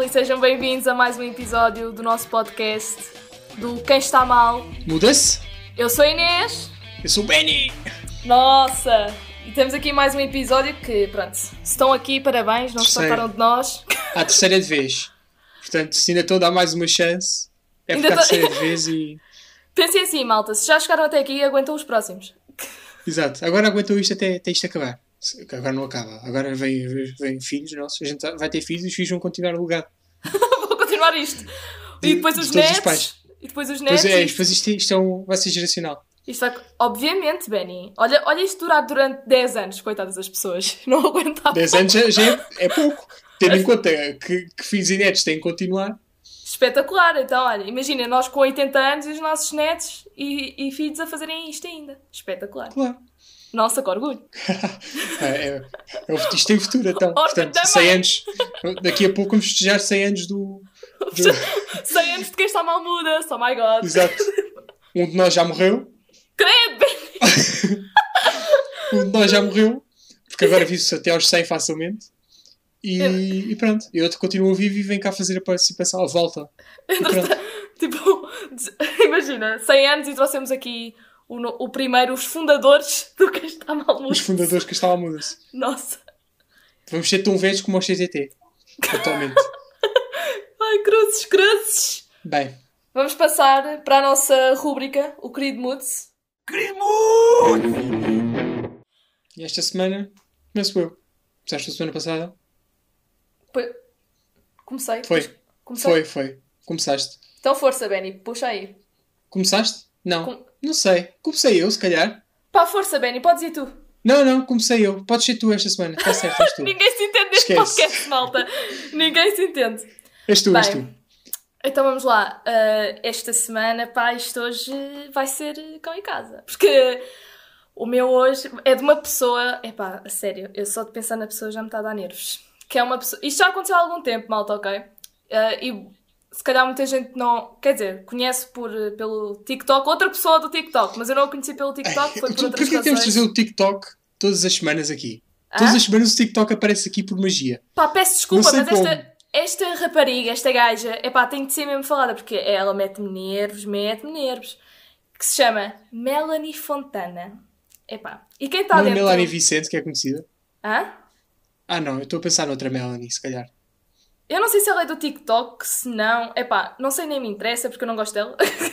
e sejam bem-vindos a mais um episódio do nosso podcast do Quem Está Mal. Muda-se? Eu sou a Inês. Eu sou o Benny. Nossa! E temos aqui mais um episódio que, pronto, se estão aqui, parabéns, não se fartaram de nós. À terceira de vez. Portanto, se ainda estou a dar mais uma chance, é porque à terceira de vez e... Pensem assim, malta, se já chegaram até aqui, aguentam os próximos. Exato, agora aguentam isto até isto acabar. Agora não acaba, agora vem filhos nossos, a gente vai ter filhos e os filhos vão continuar no lugar. Vou continuar isto. E depois os netos. E depois os netos. Pois é, depois isto vai ser geracional. Isto vai... Obviamente, Benny. Olha isto durar durante 10 anos, coitadas das pessoas. Não aguentava. 10 anos já é pouco. Tendo em conta que filhos e netos têm que continuar. Espetacular. Então, olha, imagina, nós com 80 anos e os nossos netos e filhos a fazerem isto ainda. Espetacular. Claro. Nossa, que orgulho. Isto tem futuro, então. Portanto, 100 anos. Daqui a pouco vamos festejar 100 anos do... 100 anos de Quem Está Mal muda. Oh my God. Exato. Um de nós já morreu. Credo, Benny. Um de nós já morreu. Porque agora vive-se até aos 100 facilmente. E pronto. E outro continua vivo e vem cá fazer a participação. Volta. E pronto. Tipo, imagina, 100 anos e trouxemos aqui... O primeiro, os fundadores do Quem Está Mal muda. Os fundadores que estavam muda-se. Nossa. Vamos ser tão velhos como o CTT. Atualmente. Ai, cruzes. Bem. Vamos passar para a nossa rúbrica, o Querido Moods. Querido Moods! E esta semana, começo eu. Começaste a semana passada? Comecei. Foi. Começaste. Então força, Benny, puxa aí. Começaste? Não. Não sei. Comecei eu, se calhar. Pá, força, Benny, podes ir tu. Não, comecei eu. Podes ser tu esta semana. Está certo, és tu. Ninguém se entende neste podcast, malta. Ninguém se entende. És tu. Então vamos lá. Esta semana, pá, isto hoje vai ser cão em casa. Porque o meu hoje é de uma pessoa... Epá, a sério, eu só de pensar na pessoa já me está a dar nervos. Que é uma pessoa... Isto já aconteceu há algum tempo, malta, ok? E... Se calhar muita gente não... Quer dizer, conhece pelo TikTok. Outra pessoa do TikTok. Mas eu não a conheci pelo TikTok. Foi por outras razões. Porquê temos de fazer o TikTok todas as semanas aqui? Todas as semanas o TikTok aparece aqui por magia. Pá, peço desculpa, mas esta rapariga, esta gaja... Epá, tem de ser mesmo falada. Porque ela mete-me nervos. Que se chama Melanie Fontana. Epá. E quem está dentro... Não é Melanie Vicente, que é conhecida? Hã? Ah, não. Eu estou a pensar noutra Melanie, se calhar. Eu não sei se ela é do TikTok, se não... Epá, não sei, nem me interessa, porque eu não gosto dela.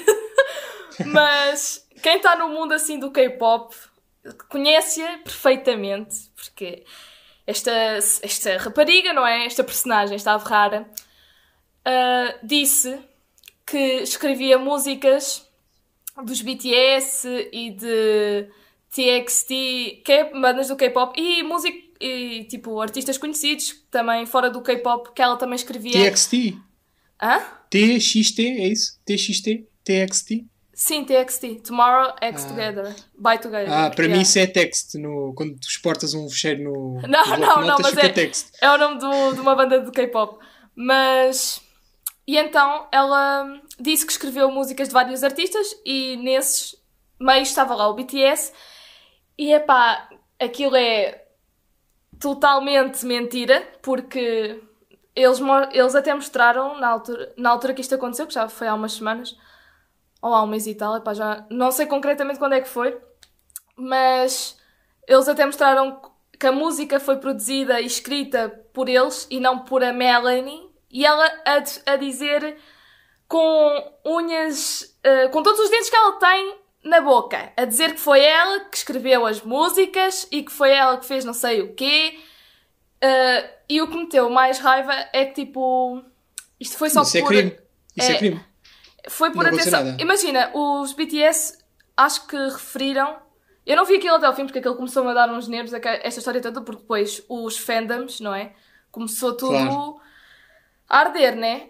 Mas quem está no mundo, assim, do K-pop, conhece-a perfeitamente. Porque esta rapariga, não é? Esta personagem, esta ave rara, disse que escrevia músicas dos BTS e de TXT, que é bandas do K-pop, e tipo, artistas conhecidos, também fora do K-pop, que ela também escrevia... TXT? Hã? TXT, é isso? TXT? TXT? Sim, TXT. Tomorrow X Together. By Together. Para mim isso é text. Quando tu exportas um fecheiro no... Não, mas text. É o nome de uma banda de K-pop. Mas... E então, ela disse que escreveu músicas de vários artistas e nesses meios estava lá o BTS. E, epá, aquilo é... totalmente mentira, porque eles até mostraram, na altura que isto aconteceu, que já foi há umas semanas, ou há um mês e tal, epá, já não sei concretamente quando é que foi, mas eles até mostraram que a música foi produzida e escrita por eles e não por a Melanie, e ela a dizer com unhas, com todos os dentes que ela tem na boca, a dizer que foi ela que escreveu as músicas e que foi ela que fez não sei o quê. E o que me deu mais raiva é que, tipo... Isto foi só Isso por... Isso é crime. Foi por atenção. Imagina, os BTS acho que referiram... Eu não vi aquilo até ao fim porque aquilo começou-me a dar uns nervos, esta história toda, porque depois os fandoms, não é? Começou tudo a arder, né?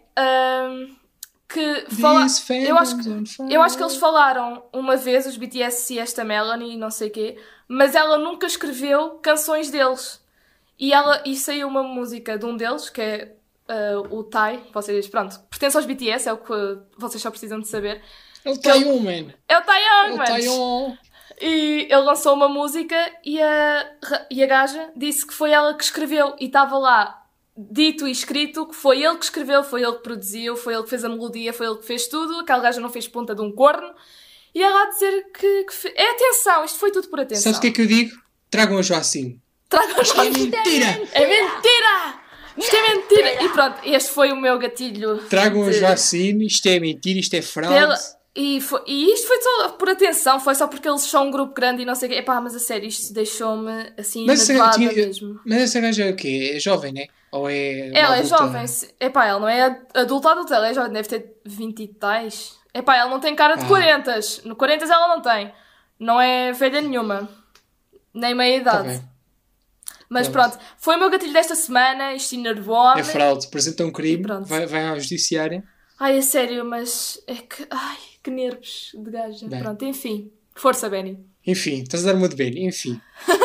Eu acho que eles falaram uma vez, os BTS e esta Melanie e não sei o quê, mas ela nunca escreveu canções deles. E saiu uma música de um deles, que é o Tae, vocês, pronto, pertence aos BTS, é o que vocês só precisam de saber. É o Taeyong, man. É o Taeyong, man. E ele lançou uma música e a gaja disse que foi ela que escreveu e estava lá dito e escrito que foi ele que escreveu, foi ele que produziu, foi ele que fez a melodia, foi ele que fez tudo. Aquela gaja não fez ponta de um corno. E ela a dizer que é atenção, isto foi tudo por atenção. Sabes o que é que eu digo? Tragam a Joacine. Tragam a Joacine. É mentira! É mentira! Isto é mentira! E pronto, este foi o meu gatilho. Tragam a Joacine, isto é mentira, isto é fraude. E isto foi só por atenção, foi só porque eles são um grupo grande e não sei o quê. Epá, mas a sério, isto deixou-me assim enervada mesmo. Mas essa gaja é o quê? É jovem, né? Ou é ela adulta? É jovem. Epá, ela não é adulta, ela é jovem, deve ter 20 e tais. Epá, ela não tem cara de 40. No 40 ela não tem. Não é velha nenhuma. Nem meia idade. Tá, mas pronto, foi o meu gatilho desta semana, isto enervou-me. É fraude, apresenta um crime, vai ao judiciário. Ai, é sério, mas é que... Ai, que nervos de gaja. Bem. Pronto, enfim. Força, Benny. Enfim, estás a dar uma de Benny. Enfim.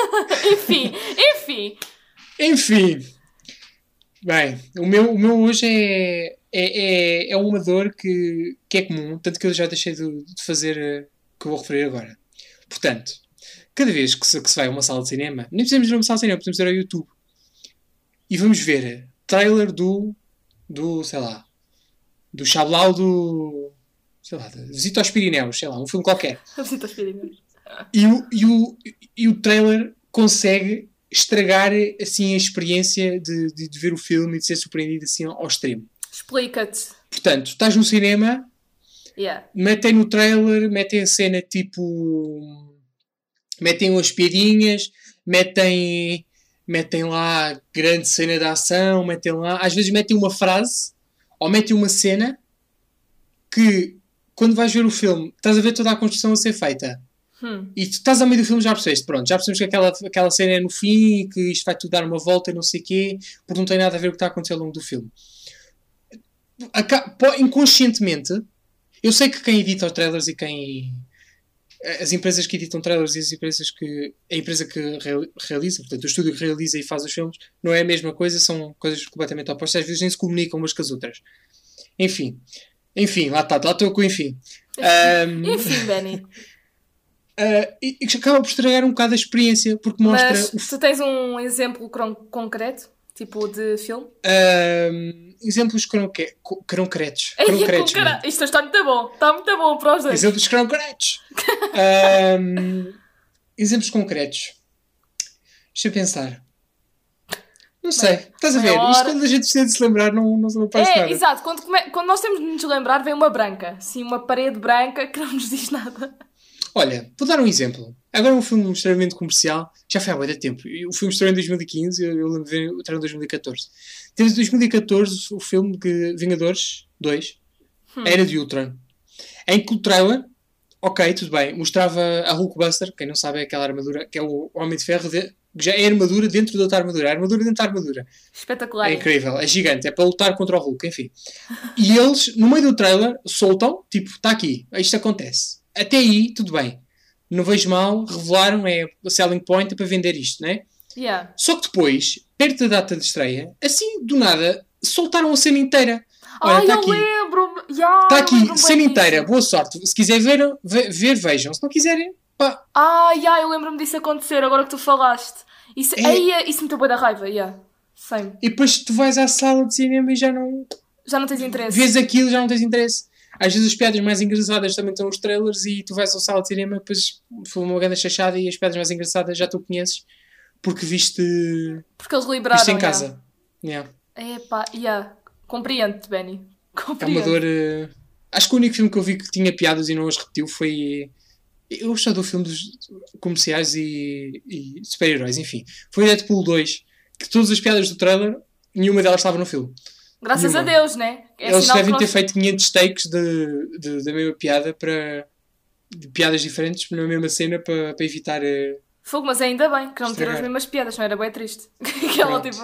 Enfim. Bem, o meu hoje é uma dor que é comum, tanto que eu já deixei de fazer o que eu vou referir agora. Portanto, cada vez que se vai a uma sala de cinema, nem precisamos ir a uma sala de cinema, podemos ir ao YouTube e vamos ver trailer do sei lá, do Chablau sei lá, Visita aos Pirineus, sei lá, um filme qualquer. Visita aos Pirineus. E o trailer consegue estragar assim a experiência de ver o filme e de ser surpreendido assim ao extremo. Explica-te. Portanto, estás no cinema, metem no trailer, metem a cena tipo... Metem umas piadinhas, metem lá grande cena de ação, metem lá... Às vezes metem uma frase ou metem uma cena que, quando vais ver o filme, estás a ver toda a construção a ser feita. E tu estás ao meio do filme, já percebeste, pronto, já percebemos que aquela cena é no fim, que isto vai tudo dar uma volta e não sei o quê, porque não tem nada a ver com o que está a acontecer ao longo do filme. Inconscientemente, eu sei que quem edita os trailers e as empresas que editam trailers e a empresa que realiza, portanto, o estúdio que realiza e faz os filmes, não é a mesma coisa, são coisas completamente opostas, às vezes nem se comunicam umas com as outras. Enfim, lá estou com enfim. Enfim, Benny. E acaba por estragar um bocado a experiência, porque mostra... Mas tu tens um exemplo concreto, tipo de filme? Exemplos concretos. Isto está muito bom. Está muito bom para os dois. Exemplos concretos. Exemplos concretos. Deixa eu pensar. Não sei. Estás a ver? Isto quando a gente precisa de se lembrar não se me parece nada. Exato. Quando nós temos de nos lembrar, vem uma branca. Sim, uma parede branca que não nos diz nada. Olha, vou dar um exemplo. Agora um filme extremamente comercial, já foi há muito tempo. O filme estreou em 2015, eu lembro de ver o trailer em 2014. Temos em 2014 o filme Vingadores 2, Era de Ultron, em que o trailer, ok, tudo bem, mostrava a Hulkbuster, quem não sabe é aquela armadura, que é o Homem de Ferro, que já é armadura dentro da outra armadura, a armadura dentro da armadura. Espetacular. É incrível, é gigante, é para lutar contra o Hulk, enfim. E eles, no meio do trailer, soltam, tipo, está aqui, isto acontece. Até aí, tudo bem. Não vejo mal, revelaram, é o selling point para vender isto, não é? Yeah. Só que depois, perto da data de estreia, assim, do nada, soltaram a cena inteira. Olha, tá aqui. Lembro-me. Está aqui, cena inteira, boa sorte. Se quiser ver, vejam. Se não quiserem, pá. Eu lembro-me disso acontecer, agora que tu falaste. Isso me deu bué da raiva, Same. E depois tu vais à sala de cinema e já não tens interesse. Vês aquilo, já não tens interesse. Às vezes as piadas mais engraçadas também estão nos trailers e tu vais à sala de cinema, depois foi uma grande chachada e as piadas mais engraçadas já tu conheces porque viste eles liberaram em casa. Compreendo-te, Benny. É uma dor. Acho que o único filme que eu vi que tinha piadas e não as repetiu foi... Eu gostava do filme dos comerciais e super-heróis, enfim. Foi Deadpool 2, que todas as piadas do trailer, nenhuma delas estava no filme. Graças a Deus, né? Eles devem ter feito 500 takes da mesma piada de piadas diferentes na mesma cena para evitar... Fogo, mas ainda bem que não tiram as mesmas piadas, não era bem triste. Aquela tipo...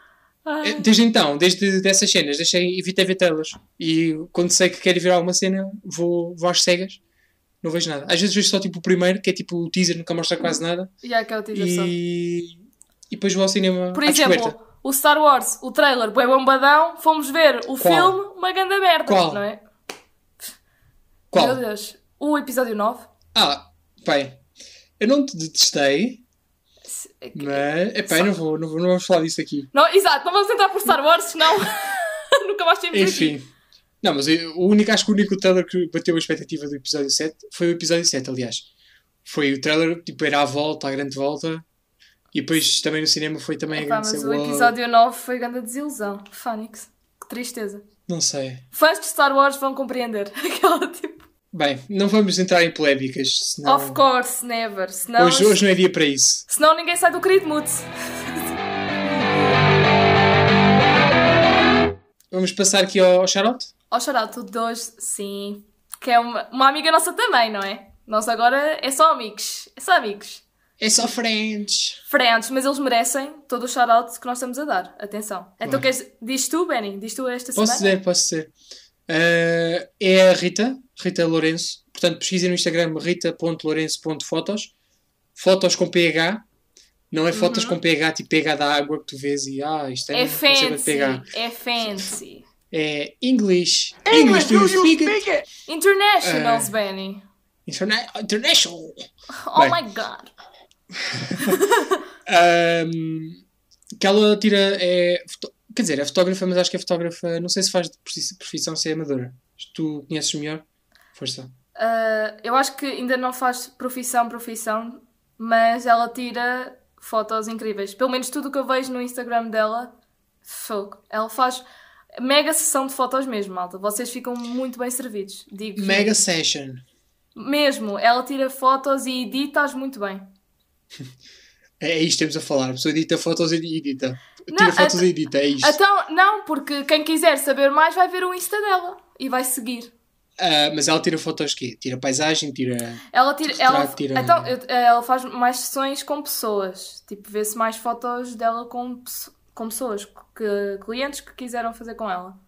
Desde dessas cenas, evitei ver telas. E quando sei que quero ver alguma cena, vou às cegas. Não vejo nada. Às vezes vejo só tipo o primeiro, que é tipo o teaser, nunca mostra quase nada. Que é o teaser só. E depois vou ao cinema. Por exemplo, o Star Wars, o trailer, bué bombadão, fomos ver o filme, uma grande merda. Qual? Não é? Qual? Meu Deus. O episódio 9. Bem, eu não te detestei. Mas, epá, não vamos falar disso aqui. Não, exato, não vamos entrar por Star Wars, senão nunca mais temos Enfim. aqui. Não, mas acho que o único trailer que bateu a expectativa do episódio 7 foi o episódio 7, aliás. Foi o trailer, tipo, era a grande volta. E depois também no cinema foi também a grande mas o episódio 9 foi grande desilusão. Fónix. Que tristeza. Não sei. Fãs de Star Wars vão compreender. Aquela tipo... Bem, não vamos entrar em polémicas, senão... Of course, never. Senão... Hoje não é dia para isso. Senão ninguém sai do querido mood. Vamos passar aqui ao shout-out? Ao shout-out de hoje, sim. Que é uma amiga nossa também, não é? Nós agora é só amigos. É só amigos. É só friends. Friends, mas eles merecem todo o shout-out que nós estamos a dar. Atenção. Então diz tu, Benny? Diz tu esta semana? Posso dizer. É a Rita Lourenço. Portanto, pesquisem no Instagram rita.lourenço.fotos. Fotos com PH. Não é fotos com PH, tipo PH da água que tu vês e isto é fancy. É fancy. É English. English, do you speak it? Internationals, Benny. International. Oh my God. Que ela tira... Quer dizer, é fotógrafa, mas acho que é fotógrafa... Não sei se faz de profissão, se é amadora. Tu conheces melhor? Força. Eu acho que ainda não faz profissão, mas ela tira fotos incríveis. Pelo menos tudo o que eu vejo no Instagram dela, fogo. Ela faz mega sessão de fotos mesmo, malta. Vocês ficam muito bem servidos. Digo mega session. Mesmo. Ela tira fotos e edita-as muito bem. É isto que temos a falar. A pessoa edita fotos e edita. Tira fotos e edita, é isto. Então, não, porque quem quiser saber mais vai ver o Insta dela e vai seguir. Mas ela tira fotos quê? Tira paisagem, tira... Então, ela faz mais sessões com pessoas. Tipo, vê-se mais fotos dela com pessoas, clientes que quiseram fazer com ela.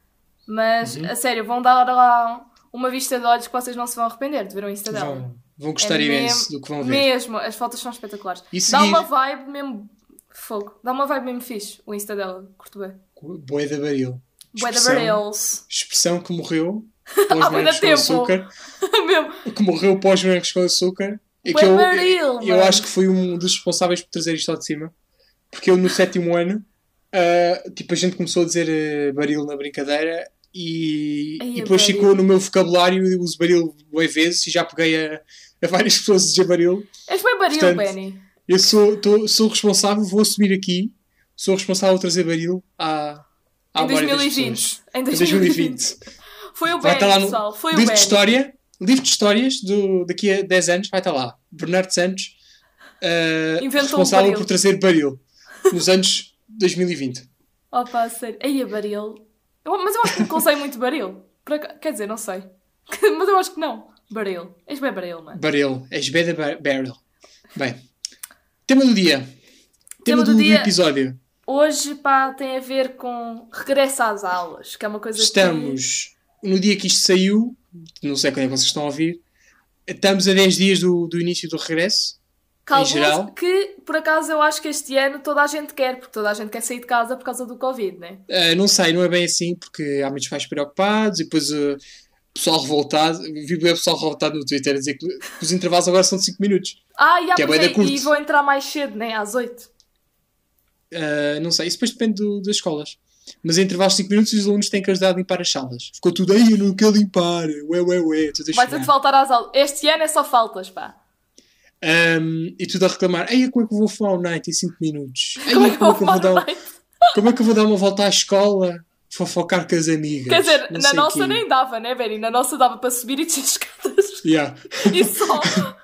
Mas, a sério, vão dar lá uma vista de olhos que vocês não se vão arrepender de ver o Insta dela. Vão gostar imenso do que vão ver. Mesmo, as fotos são espetaculares. Dá uma vibe mesmo... Fogo. Dá uma vibe mesmo fixe, o Insta dela. Curto bem. Boi da Baril. Boi da Barils. Expressão que morreu... Pós-morangos com açúcar. Que morreu pós-morangos com açúcar. E que eu acho que foi um dos responsáveis por trazer isto ao de cima. Porque eu no 7º ano, tipo, a gente começou a dizer baril na brincadeira e depois ficou no meu vocabulário. Eu uso baril bué vezes e já peguei a várias pessoas a dizer baril. És bem baril, portanto, Benny. Eu sou responsável, vou assumir aqui, sou responsável por trazer baril em 2020. Em 2020. Foi o Benny, pessoal. Foi o Benny. Livro de histórias daqui a 10 anos vai estar lá. Bernardo Santos, responsável por trazer baril nos anos 2020. Opa, sério. Aí a baril. Mas eu acho que me consei muito baril. Quer dizer, não sei. Mas eu acho que não. Baril. És bem baril, mano. Baril. És bem da baril. Bem. Tema do dia. Tema do episódio. Hoje, tem a ver com regresso às aulas, que é uma coisa Estamos no dia que isto saiu, não sei quando é que vocês estão a ouvir, estamos a 10 dias do início do regresso, em geral. Que, por acaso, eu acho que este ano toda a gente quer, porque toda a gente quer sair de casa por causa do Covid, não é? Não sei, não é bem assim, porque há muitos pais preocupados e depois pessoal revoltado, vi o pessoal revoltado no Twitter a dizer que os intervalos agora são de 5 minutos. Que é bem da curto. E vou entrar mais cedo, né? Às 8. Não sei, isso depois depende das escolas. Mas em intervalos de 5 minutos os alunos têm que ajudar a limpar as salas. Ficou tudo aí, eu não quero limpar. Vai-te faltar às aulas. Este ano é só faltas, pá. E tudo a reclamar. Como é que eu vou fumar o night em 5 minutos? Como é que eu vou dar uma volta à escola? Fofocar com as amigas. Quer dizer, na nossa nem dava, né, Benny? Na nossa dava para subir e descer escadas. E só.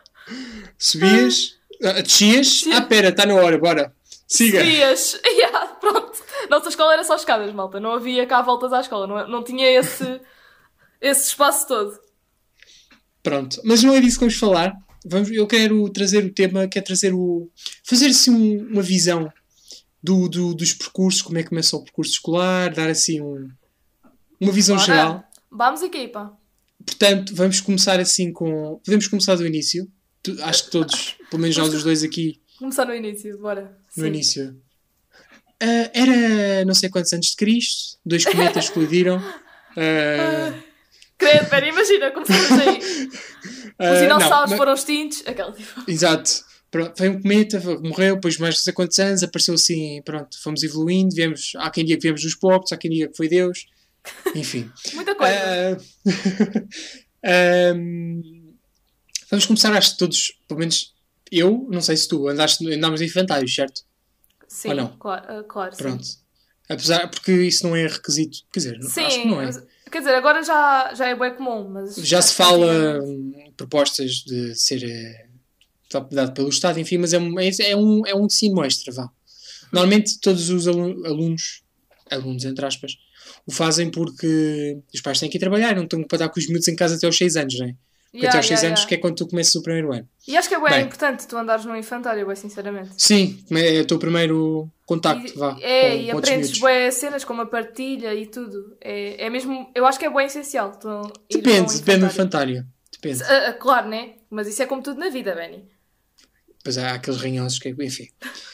Subias, descias. Pera, está na hora, bora. Siga. Subias. Pronto. Nossa escola era só escadas, malta. Não havia cá voltas à escola. Não tinha esse espaço todo. Pronto. Mas não é disso que vamos falar. Eu quero trazer o tema, fazer assim uma visão dos percursos, como é que começa o percurso escolar, dar assim uma visão geral. Vamos, equipa. Portanto, vamos começar assim podemos começar do início. Acho que todos, pelo menos nós os dois aqui. Começar no início, bora. No início. Era não sei quantos antes de Cristo, 2 cometas colidiram. Credo, pera, imagina, começamos aí. Os dinossauros foram extintos. Aquela tipo. Exato. Pronto, foi um cometa, morreu, depois mais não sei quantos anos, apareceu assim, pronto, fomos evoluindo, viemos, há quem diga que viemos dos povos, há quem diga que foi Deus, enfim. Muita coisa. Vamos começar, acho que todos, pelo menos eu, não sei se tu, andámos em infantários, certo? Sim, ou não? Claro, pronto. Sim. Apesar, porque isso não é requisito, quer dizer, sim, acho que não é. Quer dizer, agora já é bem comum, mas... Já se fala propostas de ser dado pelo Estado, enfim, mas é um ensino extra, vá. Normalmente todos os alunos, entre aspas, o fazem porque os pais têm que ir trabalhar, não estão para dar com os miúdos em casa até aos 6 anos, não é? Porque até aos 6 anos que é quando tu começas o primeiro ano. E acho que é bem importante tu andares no infantário, bem sinceramente. Sim, é o teu primeiro contacto, vá. E aprendes bem cenas como a partilha e tudo. É mesmo, eu acho que é bem essencial. Depende do infantário. Depende. Claro, né? Mas isso é como tudo na vida, Benny. Pois há aqueles ranhosos que, enfim.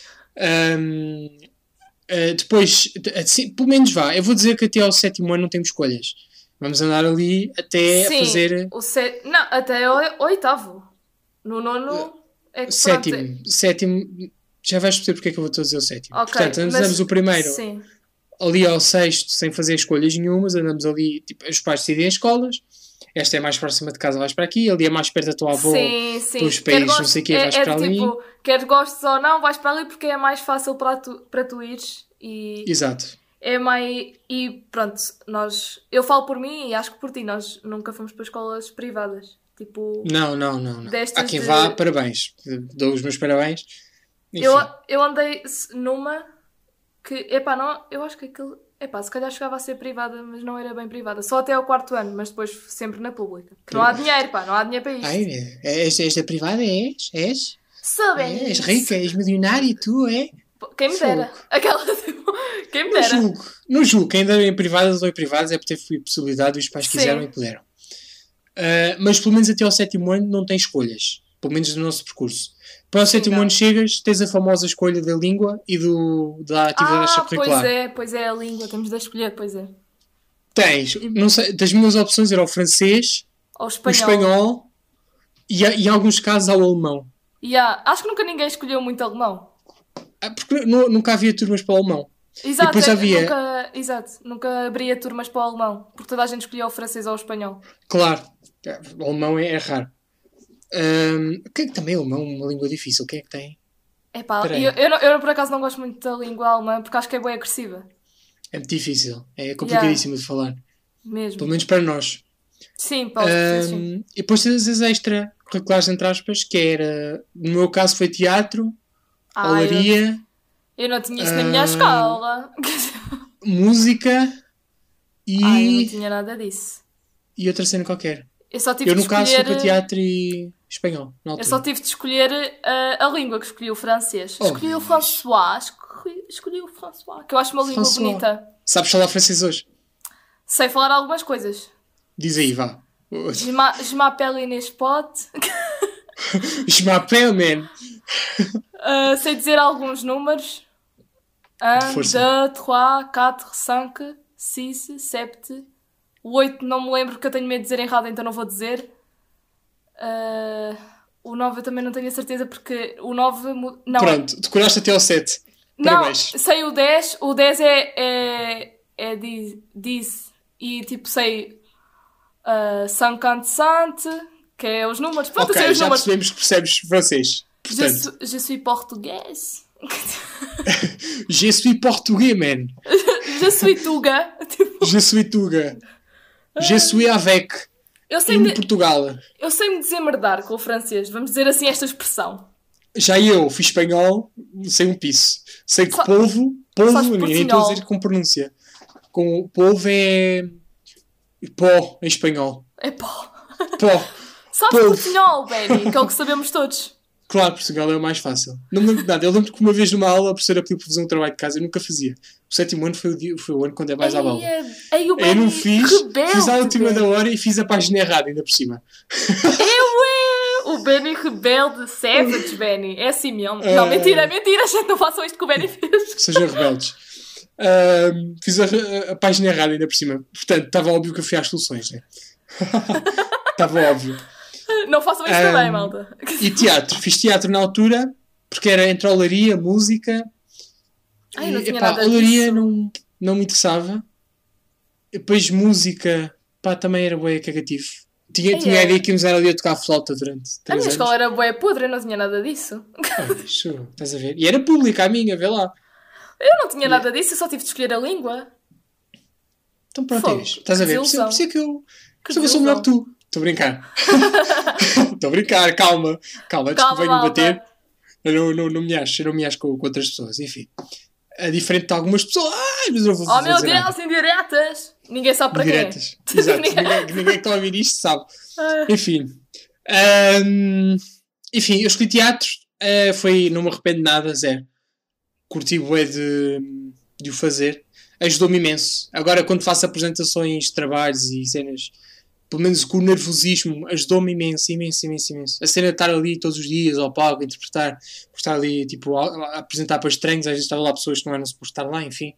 Depois, assim, pelo menos vá, eu vou dizer que até ao 7º ano não temos escolhas. Vamos andar ali até a fazer... Não, até ao 8º. No 9º é que sétimo, já vais perceber porque é que eu vou dizer o 7º. Okay, portanto, andamos o primeiro ali ao 6º sem fazer escolhas nenhumas, andamos ali, tipo, os pais decidem as escolas, esta é mais próxima de casa, vais para aqui, ali é mais perto da tua avó, pelos países, não sei o quê, vais para ali. Tipo, quer gostes ou não, vais para ali porque é mais fácil para tu ires. Exato. É mais... E pronto, eu falo por mim e acho que por ti, nós nunca fomos para escolas privadas. Tipo... Não. Há quem vá, parabéns. Dou os meus parabéns. Eu andei numa que... não, eu acho que aquilo... se calhar chegava a ser privada, mas não era bem privada. Só até ao 4º ano, mas depois sempre na pública. Que não há dinheiro, não há dinheiro para isto. És da privada, és? Sou bem. És rica, és milionário e tu, é? Quem me dera. Aquela quem me dera. Não julgo. Quem deu em privadas ou em privadas é por ter possibilidade e os pais quiseram e puderam. Mas pelo menos até ao 7º ano não tem escolhas. Pelo menos no nosso percurso. Para o 7º ano chegas, tens a famosa escolha da língua e da atividade extracurricular. Pois é, a língua. Temos de escolher, pois é. Tens, não sei, das minhas opções era o francês, o espanhol e em alguns casos ao alemão. Acho que nunca ninguém escolheu muito alemão. Porque nunca havia turmas para o alemão. Exato, nunca abria turmas para o alemão, porque toda a gente escolhia o francês ou o espanhol. Claro, o alemão é raro. Quem é que também é alemão, uma língua difícil? Quem é que tem? Eu por acaso não gosto muito da língua alemã, porque acho que é bem agressiva. É muito difícil, é complicadíssimo de falar. Mesmo. Pelo menos para nós. Sim, para os sim. E depois tens as extra-curriculares, entre aspas, que era, no meu caso foi teatro, olaria... Eu não tinha isso na minha escola. Música e... eu não tinha nada disso. E outra cena qualquer. Eu só tive de escolher... caso, fui para teatro e espanhol. Eu só tive de escolher a língua, que escolhi o francês. Escolhi o François. Escolhi o François, que eu acho uma língua bonita. Sabes falar francês hoje? Sei falar algumas coisas. Diz aí, vá. Je m'appelle Inês Pot. Je m'appelle, man. Sei dizer alguns números. 1, 2, 3, 4, 5, 6, 7, 8, não me lembro, porque eu tenho medo de dizer errado, então não vou dizer. O 9 eu também não tenho a certeza, porque o 9... Não. Pronto, decoraste até ao 7. Parabéns. Não, sei o 10. O 10 é 10. E tipo, sei 50, que é os números. Pronto, sei os números. Já percebemos que percebes francês. Je suis português. Je suis portugais, man. Je suis tuga. Je suis tuga. Je suis avec. Portugal. Eu sei-me desemerdar com o francês. Vamos dizer assim esta expressão. Já eu fiz espanhol, sei um piso. Sei que polvo, nem estou a dizer com pronúncia. Com polvo é pó em espanhol. É pó. Sabes portunhol, Benny, que é o que sabemos todos. Claro, Portugal é o mais fácil. Não me lembro de nada. Eu lembro que uma vez numa aula a professora pediu para fazer um trabalho de casa e eu nunca fazia. O 7º ano foi o ano quando é mais à balda. Eu não fiz a última da hora e fiz a página errada ainda por cima. O Benny rebelde, savage, Benny. É assim mesmo. Não, mentira, gente, não façam isto que o Benny fez. Sejam rebeldes. Fiz a página errada ainda por cima. Portanto, estava óbvio que eu fui às soluções, né? Estava óbvio. Não façam isso também, malta. E teatro. Fiz teatro na altura, porque era entre olaria, música. Ai, não tinha epá, nada olaria disso. não me interessava. Depois música, pá, também era bué cagativo. Tinha a ideia que íamos ali a tocar flauta durante 3 anos. A minha escola era bué podre, eu não tinha nada disso. Estás a ver? E era pública a minha, vê lá. Eu não tinha nada disso, eu só tive de escolher a língua. Então pronto, estás a ver? Por isso é que eu sou melhor que tu. Estou a brincar. Estou a brincar, calma. Desculpa me bater. Eu não me acho com outras pessoas, enfim. É diferente de algumas pessoas. Ai, mas eu vou fazer. Oh meu Deus, indiretas! Ninguém sabe para quem. Exato, ninguém que está a ouvir isto sabe. Enfim. Enfim, eu escolhi teatro. Não me arrependo de nada, zero. Curti bué de o fazer. Ajudou-me imenso. Agora, quando faço apresentações de trabalhos e cenas, pelo menos com o nervosismo, ajudou-me imenso. A cena de estar ali todos os dias ao palco, interpretar, estar ali tipo, a apresentar para estranhos, às vezes estava lá pessoas que não eram supostas estar lá, enfim.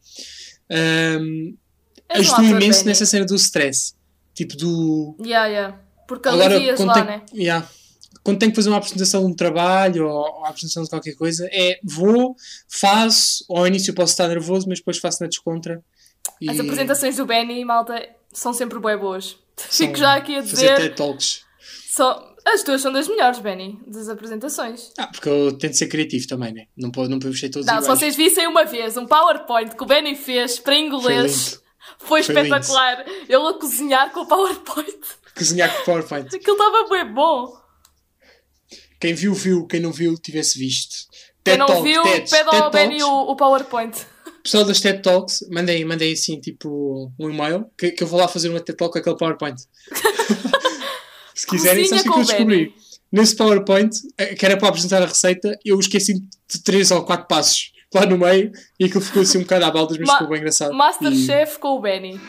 Ajudou imenso nessa cena do stress. Tipo do... Porque alivias lá, né? Quando tenho que fazer uma apresentação de um trabalho ou a apresentação de qualquer coisa, faço, ao início posso estar nervoso, mas depois faço na descontra. As apresentações do Benny, malta, são sempre bué boas. Fico já aqui a dizer... Fazer TED Talks. As tuas são das melhores, Benny, das apresentações. Porque eu tento ser criativo também, né? Não podemos ser todos iguais. Se vocês vissem uma vez um PowerPoint que o Benny fez para inglês, foi espetacular. Ele a cozinhar com o PowerPoint. Cozinhar com o PowerPoint. Aquilo estava bem bom. Quem viu, quem não viu, tivesse visto. Quem não viu, pede ao Benny o PowerPoint. Pessoal das TED Talks, mandei assim, tipo, um e-mail, que eu vou lá fazer uma TED Talk com aquele PowerPoint. Se quiserem, sabes o que eu descobri? Nesse PowerPoint, que era para apresentar a receita, eu esqueci de 3 ou 4 passos lá no meio, e aquilo ficou assim um bocado à baldas, mas ficou bem engraçado. Masterchef com o Benny.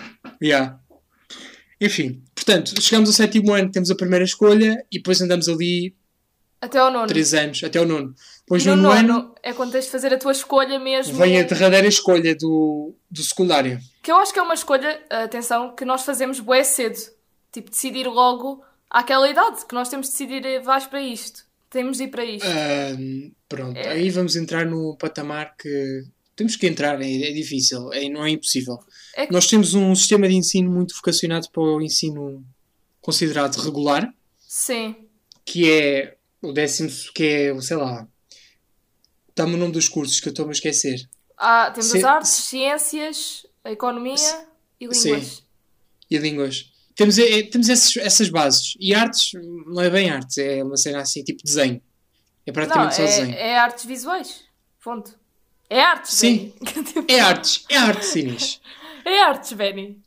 Enfim, portanto, chegamos ao 7º ano, temos a primeira escolha, e depois andamos ali... Até ao 9º. 3 anos, até ao 9º. Depois no 9º ano... É quando tens de fazer a tua escolha mesmo. Vem a derradeira escolha do secundário. Que eu acho que é uma escolha, atenção, que nós fazemos bué cedo. Tipo, decidir logo àquela idade, que nós temos de decidir, vais para isto. Temos de ir para isto. Pronto, aí vamos entrar no patamar que... Temos que entrar, é difícil, não é impossível. Nós temos um sistema de ensino muito vocacionado para o ensino considerado regular. Sim. Que é o 10º, que é, sei lá, dá-me o nome dos cursos que eu estou-me a esquecer. Temos as artes, ciências, a economia e línguas. Sim, e línguas. Temos essas bases. E artes, não é bem artes, é uma cena assim, tipo desenho. É praticamente só desenho. É artes visuais, ponto. É artes, sim. Benny. É artes, Inês. É artes, Benny.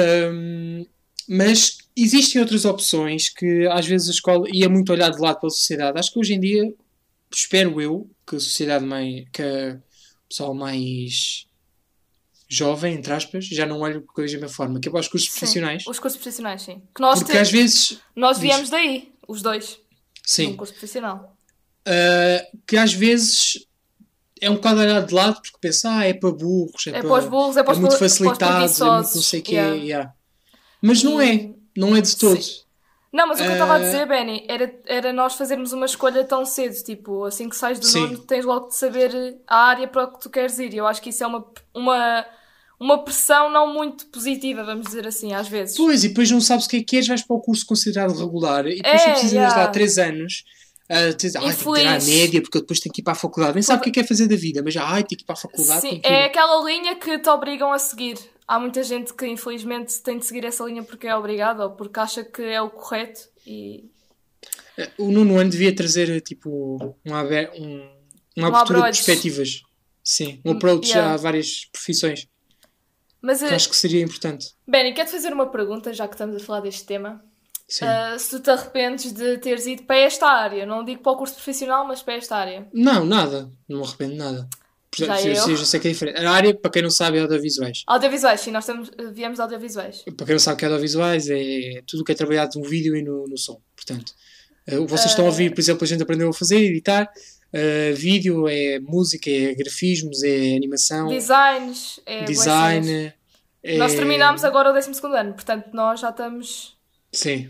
Mas existem outras opções que às vezes a escola, e é muito olhado de lado pela sociedade. Acho que hoje em dia, espero eu, que a sociedade que o pessoal mais jovem, entre aspas, já não olha com a mesma forma, que é para os cursos profissionais. Os cursos profissionais, sim. Que porque às vezes... Nós viemos daí, os dois. Sim. Num curso profissional. Que às vezes... É um bocado olhado de lado porque pensa, é para burros, é para os burros, é para os muito facilitado, é muito não sei o quê. Mas não é de todo. Sim. Não, mas o que eu estava a dizer, Benny, era nós fazermos uma escolha tão cedo, tipo, assim que sais do 9º, tens logo de saber a área para o que tu queres ir. E eu acho que isso é uma pressão não muito positiva, vamos dizer assim, às vezes. Pois, e depois não sabes o que é que queres, vais para o curso considerado regular, e depois tu precisas dar 3 anos... tenho que tirar a média porque eu depois tenho que ir para a faculdade. Nem sabe o que é fazer da vida, mas tenho que ir para a faculdade. Sim, é aquela linha que te obrigam a seguir. Há muita gente que infelizmente tem de seguir essa linha porque é obrigada ou porque acha que é o correto. O 9º ano devia trazer tipo uma abertura de perspectivas. Sim, um approach a várias profissões. Mas acho que seria importante. Benny, quero-te fazer uma pergunta, já que estamos a falar deste tema. Se tu te arrependes de teres ido para esta área, não digo para o curso profissional, mas para esta área. Não, nada, não me arrependo de nada. Eu já sei que é diferente. A área, para quem não sabe, é audiovisuais. Audiovisuais, sim, nós viemos de audiovisuais. Para quem não sabe o que é audiovisuais, é tudo o que é trabalhado no vídeo e no som. Portanto, vocês estão a ouvir, por exemplo, a gente aprendeu a fazer, editar. Vídeo, é música, é grafismos, é animação. Designs, design. Nós terminámos agora o 12º ano, portanto, nós já estamos... Sim.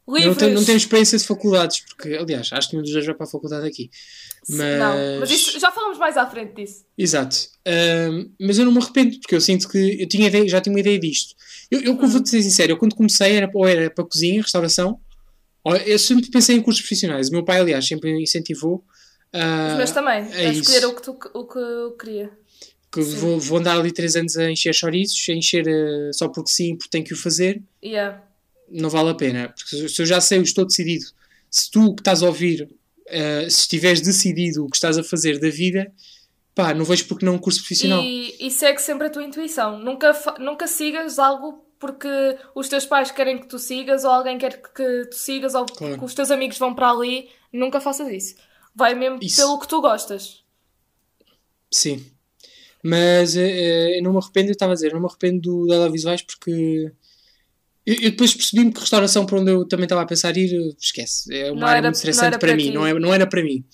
livres. Não tenho experiência de faculdades, porque, aliás, acho que nenhum dos dois vai para a faculdade aqui. Mas isso, já falamos mais à frente disso. Exato. Mas eu não me arrependo, porque eu sinto que já tinha uma ideia disto. Eu vou-te ser sincero, eu quando comecei era para cozinha, restauração. Eu sempre pensei em cursos profissionais. O meu pai, aliás, sempre incentivou. Os meus também, a escolher o que eu queria. Que vou andar ali 3 anos a encher chouriços, a encher só porque sim, porque tenho que o fazer. Não vale a pena. Porque se eu já sei, eu estou decidido. Se tu que estás a ouvir, se estiveres decidido o que estás a fazer da vida, pá, não vejo porque não um curso profissional. E segue sempre a tua intuição. Nunca sigas algo porque os teus pais querem que tu sigas, ou alguém quer que tu sigas, ou porque os teus amigos vão para ali. Nunca faças isso. Vai mesmo pelo que tu gostas. Sim. Mas eu não me arrependo, eu estava a dizer, não me arrependo do audiovisuais porque eu depois percebi-me que restauração, para onde eu também estava a pensar ir, esquece, é uma área muito estressante para mim, não era para mim.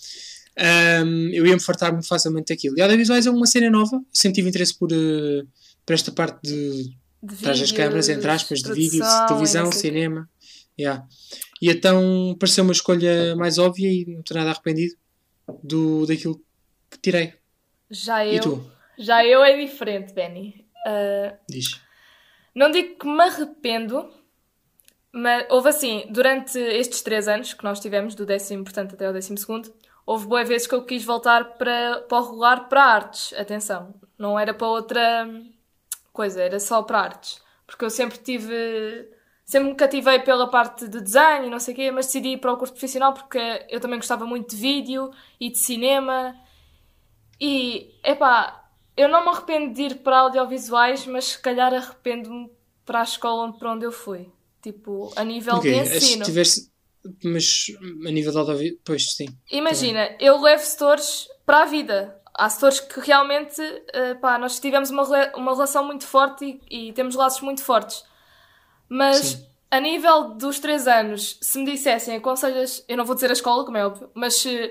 Eu ia-me fartar muito facilmente daquilo. E audiovisuais é uma cena nova, sempre tive interesse por esta parte de trás das câmaras, entre aspas, de vídeo, de televisão, cinema. Yeah. E então pareceu uma escolha mais óbvia e não estou nada arrependido daquilo que tirei. E tu? Já eu é diferente, Benny. Diz. Não digo que me arrependo, mas houve assim, durante estes 3 anos que nós tivemos, do 10º, portanto, até o 12º, houve boas vezes que eu quis voltar para o regular para artes. Atenção, não era para outra coisa, era só para artes. Porque eu sempre me cativei pela parte de design e não sei o quê, mas decidi ir para o curso profissional porque eu também gostava muito de vídeo e de cinema. E, eu não me arrependo de ir para audiovisuais, mas se calhar arrependo-me para a escola para onde eu fui. Tipo, a nível de ensino. Mas a nível de audiovisuais, pois sim. Imagina, eu levo setores para a vida. Há setores que realmente, nós tivemos uma relação muito forte e temos laços muito fortes. Mas a nível dos 3 anos, se me dissessem, aconselhas, eu não vou dizer a escola, como é óbvio, mas se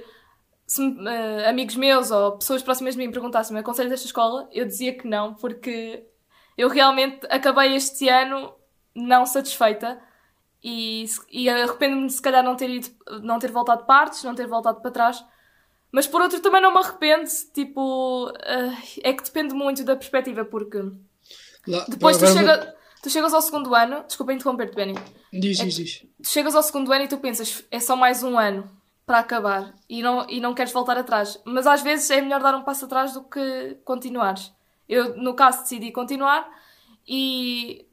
amigos meus ou pessoas próximas de mim perguntassem-me, aconselhas esta escola, eu dizia que não, porque eu realmente acabei este ano não satisfeita e arrependo-me de se calhar não ter voltado para artes, não ter voltado para trás. Mas por outro também não me arrependo, tipo, é que depende muito da perspectiva, porque depois tu chegas ao 2º ano, desculpa interromper-te, Benny. Diz. Tu chegas ao 2º ano e tu pensas, é só mais um ano para acabar e não queres voltar atrás. Mas às vezes é melhor dar um passo atrás do que continuares. Eu, no caso, decidi continuar e...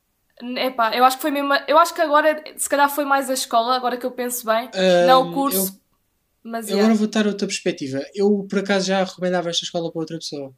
eu acho que foi mesmo... Eu acho que agora, se calhar foi mais a escola, agora que eu penso bem, não o curso... Agora vou dar outra perspectiva. Eu, por acaso, já recomendava esta escola para outra pessoa.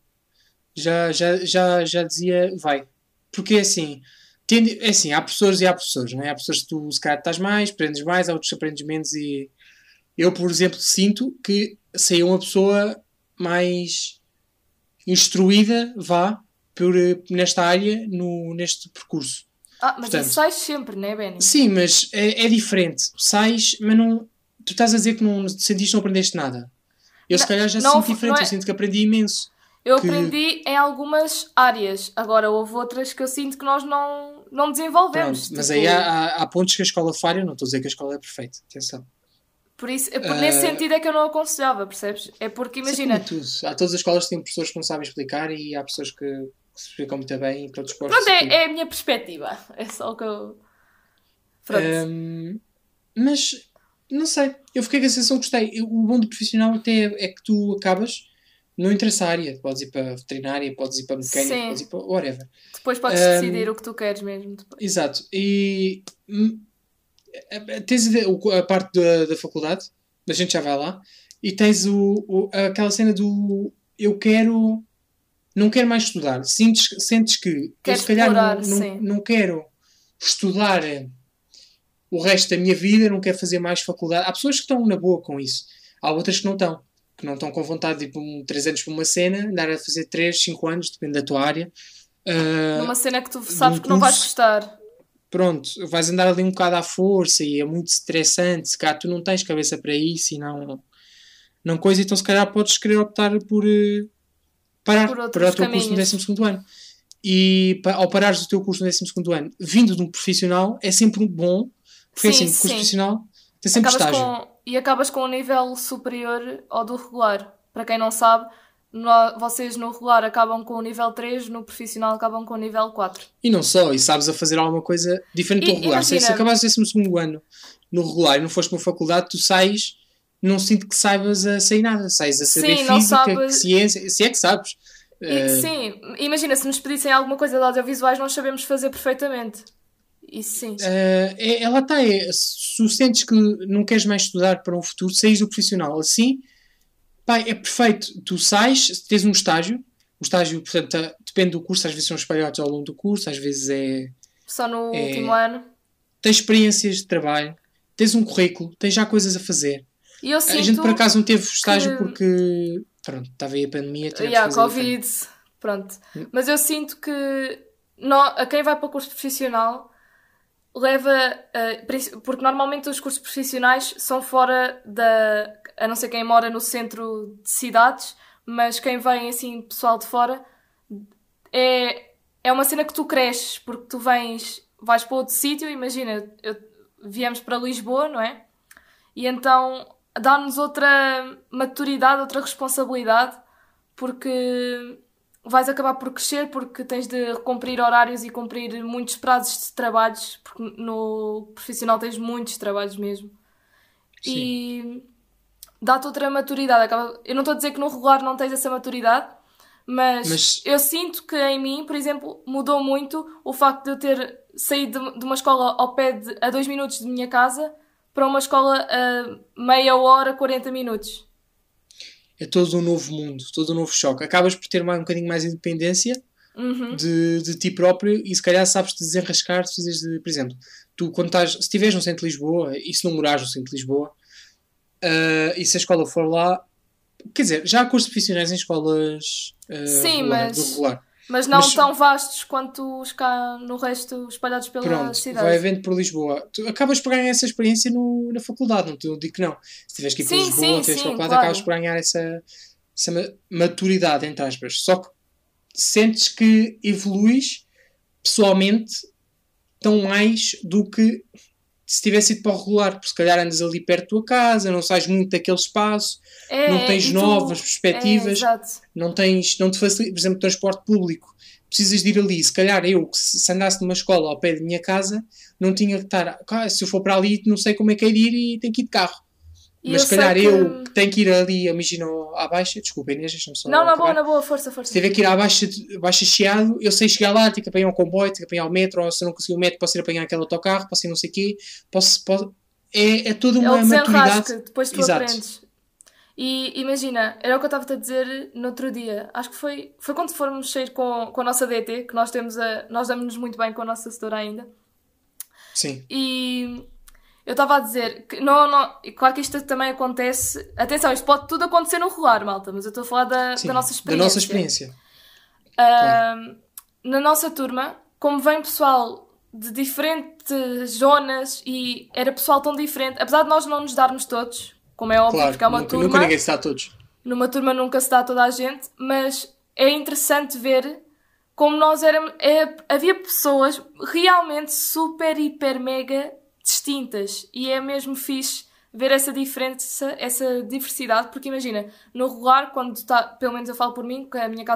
Já dizia, vai. Porque é assim, há professores e há professores, não é? Há professores que tu, se calhar, estás mais, aprendes mais, há outros que aprendes menos e... Eu, por exemplo, sinto que saiu uma pessoa mais instruída, nesta área, neste percurso. Mas portanto, isso sais sempre, não é, Benny? Sim, mas é diferente. Sais, mas não... Tu estás a dizer que não sentiste, não aprendeste nada. Eu, se calhar, já sinto diferente. Eu sinto que aprendi imenso. Eu aprendi em algumas áreas. Agora, houve outras que eu sinto que nós não desenvolvemos. Pronto, mas aí há pontos que a escola falha. Não estou a dizer que a escola é perfeita. Atenção. Por isso, nesse sentido é que eu não aconselhava, percebes? É porque, imagina... Há todas as escolas que têm professores que não sabem explicar e há pessoas que se explicam muito bem e para outros postos... Pronto, é a minha perspectiva. É só o que eu... Pronto. Mas, não sei. Eu fiquei com a sensação que gostei. O bom do profissional até é que tu acabas... Não interessa a área. Podes ir para veterinária, podes ir para mecânica, podes ir para whatever. Depois podes decidir o que tu queres mesmo. Depois. Exato. E... tens a parte da faculdade, a gente já vai lá, e tens aquela cena do não quero mais estudar. Sentes que eu se calhar não quero estudar o resto da minha vida, não quero fazer mais faculdade. Há pessoas que estão na boa com isso, há outras que não estão com vontade de ir 3 anos para uma cena, andar a fazer 3, 5 anos, depende da tua área. Numa cena que tu sabes que não vais gostar. Pronto, vais andar ali um bocado à força e é muito estressante, se calhar tu não tens cabeça para isso e não coisa, então se calhar podes querer optar por parar o teu curso no 12º ano. E ao parares o teu curso no 12º ano, vindo de um profissional, é sempre bom, Porque assim, o curso profissional tem sempre estágio. E acabas com um nível superior ao do regular. Para quem não sabe, vocês no regular acabam com o nível 3, no profissional acabam com o nível 4. E não só, e sabes a fazer alguma coisa diferente do regular. Se acabas o 12º ano no regular e não fores para a faculdade, tu sais, não sinto que saibas a sair nada. Sais a saber física, ciência, se é que sabes. Sim, imagina, se nos pedissem alguma coisa de audiovisuais, nós sabemos fazer perfeitamente. Isso sim. Ela está. Se tu sentes que não queres mais estudar para um futuro, saís do profissional assim, pá, é perfeito. Tu sais, tens um estágio. O estágio, portanto, depende do curso. Às vezes são espalhados ao longo do curso, às vezes é... Só no último ano. Tens experiências de trabalho, tens um currículo, tens já coisas a fazer. E eu sinto a gente, por acaso, não teve estágio porque... Pronto, estava aí a pandemia. Covid, pronto. Mas eu sinto que a quem vai para o curso profissional leva... porque normalmente os cursos profissionais são fora da... A não ser quem mora no centro de cidades, mas quem vem, assim, pessoal de fora, é uma cena que tu cresces, porque tu vais para outro sítio, imagina, viemos para Lisboa, não é? E então dá-nos outra maturidade, outra responsabilidade, porque vais acabar por crescer, porque tens de cumprir horários e cumprir muitos prazos de trabalhos, porque no profissional tens muitos trabalhos mesmo. Sim. E dá-te outra maturidade. Eu não estou a dizer que no regular não tens essa maturidade, mas eu sinto que em mim, por exemplo, mudou muito o facto de eu ter saído de uma escola a 2 minutos de minha casa para uma escola a meia hora, 40 minutos. É todo um novo mundo, todo um novo choque. Acabas por ter um bocadinho mais independência de ti próprio e se calhar sabes-te desenrascar, por exemplo, tu quando se estiveres no centro de Lisboa e se não morares no centro de Lisboa, e se a escola for lá, quer dizer, já há cursos profissionais em escolas do regular. Mas não tão vastos quanto os cá no resto, espalhados pela cidade. Vai havendo por Lisboa. Tu acabas por ganhar essa experiência na faculdade, não te digo que não. Se tiveres que ir para Lisboa, tiveres faculdade, claro. Acabas por ganhar essa maturidade, entre aspas. Só que sentes que evoluís pessoalmente tão mais do que se tivesse ido para o regular, porque se calhar andas ali perto da tua casa, não sais muito daquele espaço, não tens novas perspectivas, não te facilita, por exemplo, transporte público, precisas de ir ali, se calhar se andasse numa escola ao pé da minha casa, não tinha que estar, se eu for para ali não sei como é que é de ir e tenho que ir de carro. Mas se calhar eu que tenho que ir ali, imagina, à Baixa, desculpa Inês, deixa-me só na boa, força. Se tiver que ir à Baixa Chiado, eu sei chegar lá, tenho que apanhar um comboio, tenho que apanhar o metro, ou se eu não conseguir o metro, posso ir apanhar aquele autocarro, posso ir não sei o quê, é toda uma maturidade. Depois tu aprendes. E imagina, era o que eu estava a dizer no outro dia, acho que foi quando fomos sair com a nossa DT, que nós damos-nos muito bem com a nossa setora ainda. Sim. E... eu estava a dizer que claro que isto também acontece. Atenção, isto pode tudo acontecer no regular, malta, mas eu estou a falar da nossa experiência. Da nossa experiência. Claro. Na nossa turma, como vem pessoal de diferentes zonas e era pessoal tão diferente, apesar de nós não nos darmos todos, como é óbvio, porque é uma turma. Nunca ninguém se dá a todos. Numa turma nunca se dá a toda a gente, mas é interessante ver como nós éramos. Havia pessoas realmente super, hiper, mega distintas, e é mesmo fixe ver essa diferença, essa diversidade, porque imagina, no regular, quando está, pelo menos eu falo por mim, que a minha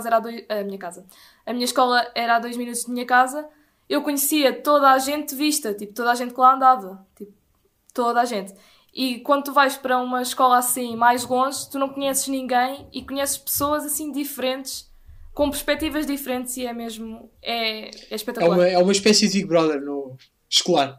escola era a 2 minutos de minha casa, eu conhecia toda a gente vista, tipo, toda a gente que lá andava, tipo, toda a gente. E quando tu vais para uma escola assim, mais longe, tu não conheces ninguém e conheces pessoas assim diferentes, com perspectivas diferentes, e é mesmo, é espetacular. É uma espécie de Big Brother no escolar.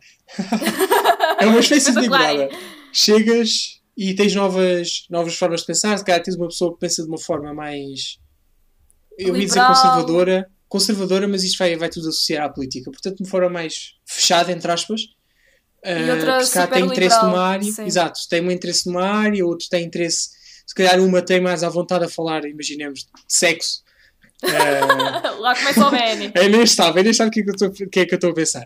É uma espécie de Big Brother. Chegas e tens novas formas de pensar. Se calhar tens uma pessoa que pensa de uma forma mais, eu ia dizer conservadora, mas isto vai tudo associar à política, portanto de uma forma mais fechada, entre aspas, e outra porque tem interesse numa área. Sim. Exato, tem um interesse numa área, outros têm interesse, se calhar uma tem mais à vontade a falar, imaginemos, de sexo. Lá começa o BN. Nem sabe o que é que eu estou a pensar.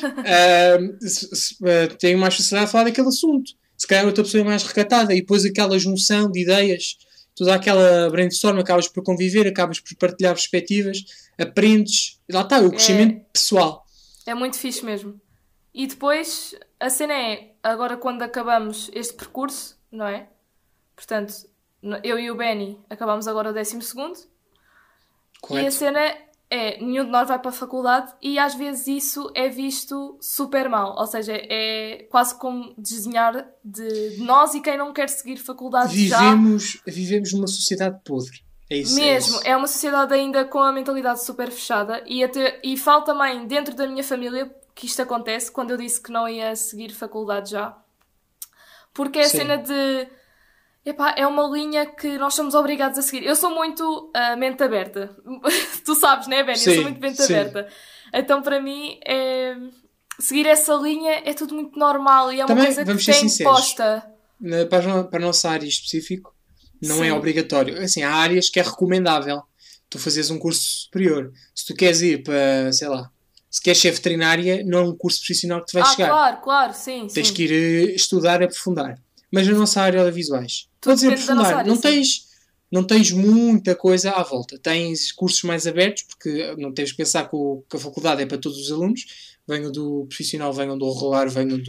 Tenho mais facilidade a falar daquele assunto. Se calhar outra pessoa é mais recatada, e depois aquela junção de ideias, toda aquela brainstorm, acabas por conviver, acabas por partilhar perspectivas, aprendes, lá está, o crescimento pessoal. É muito fixe mesmo. E depois, a cena é, agora quando acabamos este percurso, não é? Portanto, eu e o Benny acabamos agora o 12º. Correto. E a cena é, nenhum de nós vai para a faculdade e às vezes isso é visto super mal. Ou seja, é quase como desdenhar de nós e quem não quer seguir faculdade Vivemos numa sociedade podre. É isso. Mesmo, é uma sociedade ainda com a mentalidade super fechada e falo também dentro da minha família que isto acontece quando eu disse que não ia seguir faculdade já. Porque é a cena de... Epá, é uma linha que nós somos obrigados a seguir. Eu sou muito mente aberta. Tu sabes, né, Benny? Eu sou muito mente aberta. Então, para mim, seguir essa linha é tudo muito normal e é também, uma coisa que tem imposta. Para a nossa área específico, não é obrigatório. Assim, há áreas que é recomendável tu fazeres um curso superior. Se tu queres ir para, sei lá, se queres ser veterinária, não é um curso profissional que te vai chegar. Claro, sim. Tens que ir estudar, aprofundar. Mas na nossa área audiovisuais, podes aprofundar. Não tens muita coisa à volta. Tens cursos mais abertos, porque não tens que pensar que a faculdade é para todos os alunos. Venham do profissional, venham do regular, venham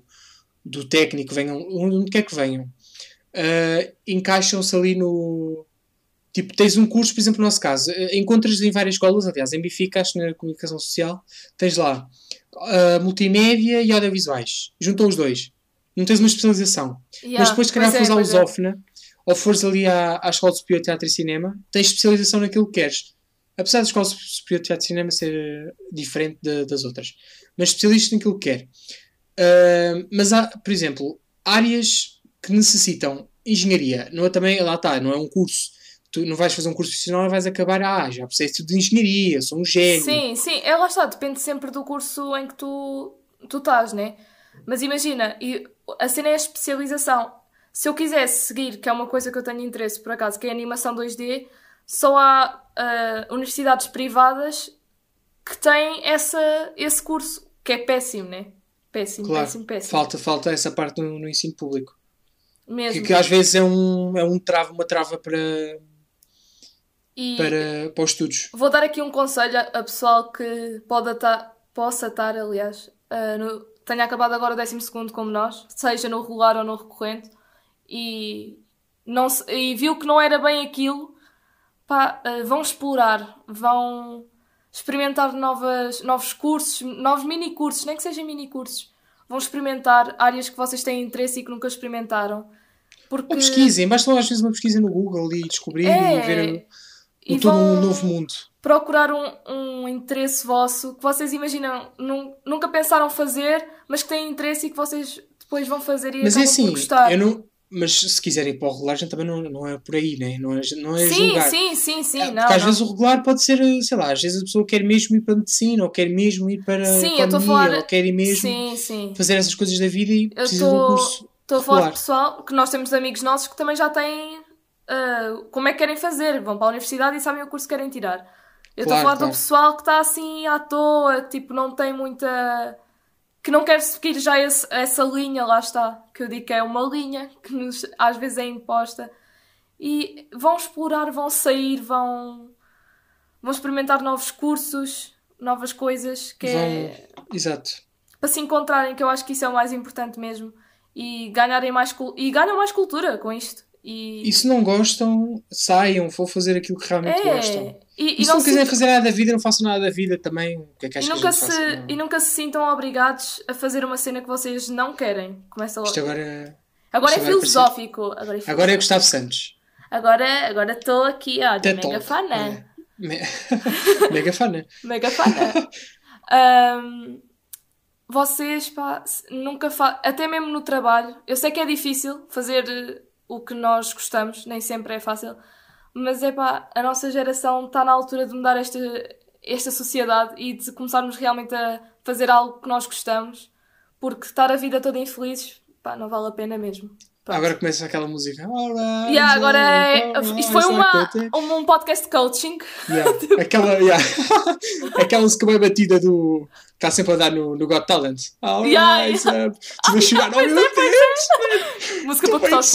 do técnico, venham onde quer que venham. Encaixam-se ali no... Tipo, tens um curso, por exemplo, no nosso caso, encontras em várias escolas, aliás, em Bifica, acho que na comunicação social, tens lá multimédia e audiovisuais. Juntam os dois. Não tens uma especialização. Mas depois, se calhar, fores à lusófona, ou fores ali à Escola Superior de Teatro e Cinema, tens especialização naquilo que queres. Apesar da Escola Superior de Teatro e Cinema ser diferente das outras. Mas especialista naquilo que quer. Mas há, por exemplo, áreas que necessitam engenharia. Não é também, lá está, não é um curso. Tu não vais fazer um curso profissional e vais acabar, já percebes tudo de engenharia, sou um gênio. Sim, lá está, depende sempre do curso em que tu estás, né? Mas imagina, a cena é a especialização. Se eu quisesse seguir, que é uma coisa que eu tenho interesse, por acaso, que é a animação 2D, só há universidades privadas que têm esse curso, que é péssimo, né? Péssimo. Falta essa parte no ensino público. Mesmo. Que às vezes é uma trava para os estudos. Vou dar aqui um conselho a pessoal que possa estar, aliás, tenha acabado agora o 12º como nós, seja no regular ou no recorrente, e viu que não era bem aquilo, vão explorar, vão experimentar novos cursos, novos mini-cursos, nem que sejam mini-cursos. Vão experimentar áreas que vocês têm interesse e que nunca experimentaram. Porque... Ou pesquisem, basta às vezes uma pesquisa no Google e descobrir e ver todo um novo mundo. Procurar um interesse vosso que vocês imaginam, nunca pensaram fazer, mas que têm interesse e que vocês depois vão fazer e mas acabam por gostar. Mas se quiserem ir para o regular, a gente também não é por aí, né? Não é sim, julgar. Sim. Porque às vezes o regular pode ser, sei lá, às vezes a pessoa quer mesmo ir para a medicina, ou quer mesmo ir para a economia, ou quer ir mesmo fazer essas coisas da vida e precisa de um curso. Estou a falar de pessoal, que nós temos amigos nossos que também já têm como é que querem fazer, vão para a universidade e sabem o curso que querem tirar. Eu estou a falar do pessoal que está assim à toa, tipo, não tem muita... que não quer seguir já essa linha, lá está, que eu digo que é uma linha, que às vezes é imposta. E vão explorar, vão sair, vão experimentar novos cursos, novas coisas, que Exato. Para se encontrarem, que eu acho que isso é o mais importante mesmo. E ganharem ganham mais cultura com isto. E se não gostam, saiam, vão fazer aquilo que realmente gostam. E se não quiserem fazer nada da vida, não façam nada da vida também. O que é que achas que a gente faça? E nunca se sintam obrigados a fazer uma cena que vocês não querem. Começa logo. Isto agora é filosófico. Agora é Gustavo Santos. Agora estou aqui, olha, mega fana. Mega fana. Mega fana. Vocês, nunca até mesmo no trabalho, eu sei que é difícil fazer o que nós gostamos, nem sempre é fácil, mas a nossa geração está na altura de mudar esta sociedade e de começarmos realmente a fazer algo que nós gostamos, porque estar a vida toda infelizes, não vale a pena mesmo. Pronto. Agora começa aquela música. Isto foi um podcast de coaching. Aquela música bem batida do... Está sempre a dar no Got Talent. Tu a chorar. Oh, meu Deus! Música para cortar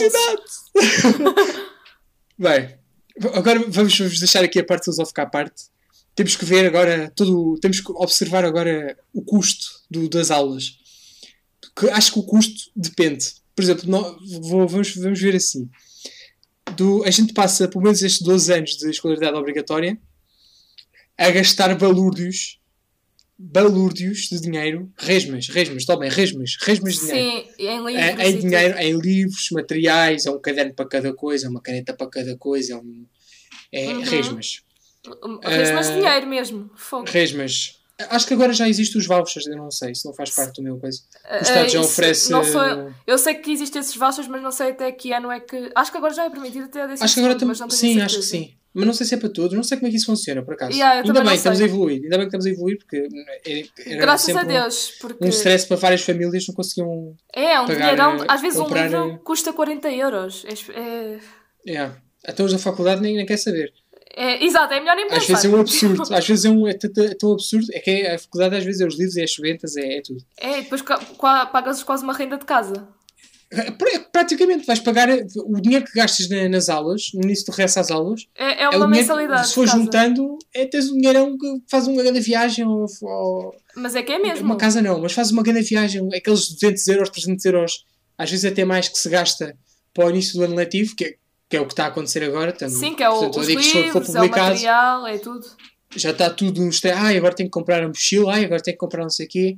Bem, agora vamos deixar aqui a parte filosófica à parte. Temos que ver agora temos que observar agora o custo das aulas. acho que o custo depende. Por exemplo, vamos ver assim. A gente passa pelo menos estes 12 anos de escolaridade obrigatória a gastar balúrdios de dinheiro, resmas de dinheiro. Sim, em livros. Em dinheiro, em livros, materiais, é um caderno para cada coisa, é uma caneta para cada coisa, resmas. Resmas de dinheiro mesmo. Fogo. Resmas. Acho que agora já existem os vouchers, eu não sei, se não faz parte do meu coisa. O Estado já oferece... Eu sei que existem esses vouchers, mas não sei até que ano é que... Acho que agora já é permitido até desse Acho que agora também... Sim, acho que sim. Mas não sei se é para todos, não sei como é que isso funciona, por acaso. Ainda bem, estamos a evoluir. Ainda bem que estamos a evoluir, porque graças a Deus. Porque... um stress para várias famílias, não conseguiam um dinheirão. Às vezes um livro custa 40€. Então os da faculdade nem quer saber. Exato, é melhor nem pensar. Às vezes é um absurdo. Às vezes é tão absurdo. É que a faculdade às vezes é os livros, é as ventas, é tudo. E depois pagas quase uma renda de casa. Praticamente, vais pagar o dinheiro que gastas nas aulas, no início do resto às aulas. É uma mensalidade. Se for juntando, tens um dinheirão que faz uma grande viagem. Mas é que é mesmo. Uma casa não, mas faz uma grande viagem. Aqueles 200€, 300€, às vezes até mais que se gasta para o início do ano letivo, que é o que está a acontecer agora. Sim, que é os livros, é o material, é tudo. Já está tudo no estresse. Agora tenho que comprar a mochila, agora tenho que comprar não sei o quê.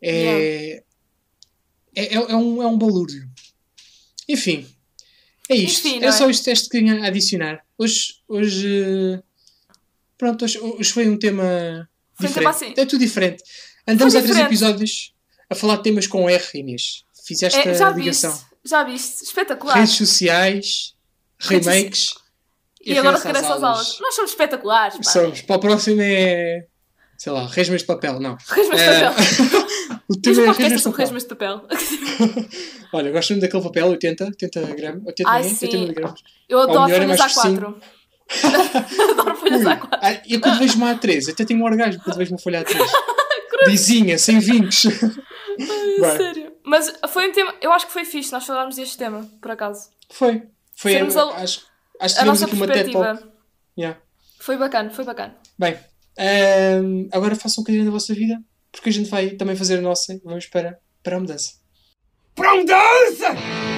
É um balúrdio. Enfim, é isto. Só isto que queria adicionar. Hoje foi um tema diferente. Assim. É tudo diferente. Andamos há 3 episódios a falar de temas com R, Inês. Fizeste a ligação. Já viste. Espetacular. Redes sociais, remakes. E agora regresso às aulas. Nós somos espetaculares. Somos. Para o próximo é... sei lá, resmas de papel, não. Resmas de papel. O tema é resmas de papel. Olha, gosto muito daquele papel, 80 gramas. 80 miligramas. Eu adoro folhas A4. Adoro folhas A4. E quando vejo uma A3, até tenho um orgasmo quando vejo uma folha A3. Lisinha, sem vincos. Sério. Mas foi um tema, eu acho que foi fixe nós falarmos deste tema, por acaso. Foi acho que tivemos aqui uma TED Talk. Foi bacana. Bem, agora façam um bocadinho da vossa vida, porque a gente vai também fazer a nossa. Vamos para a mudança. Para a mudança!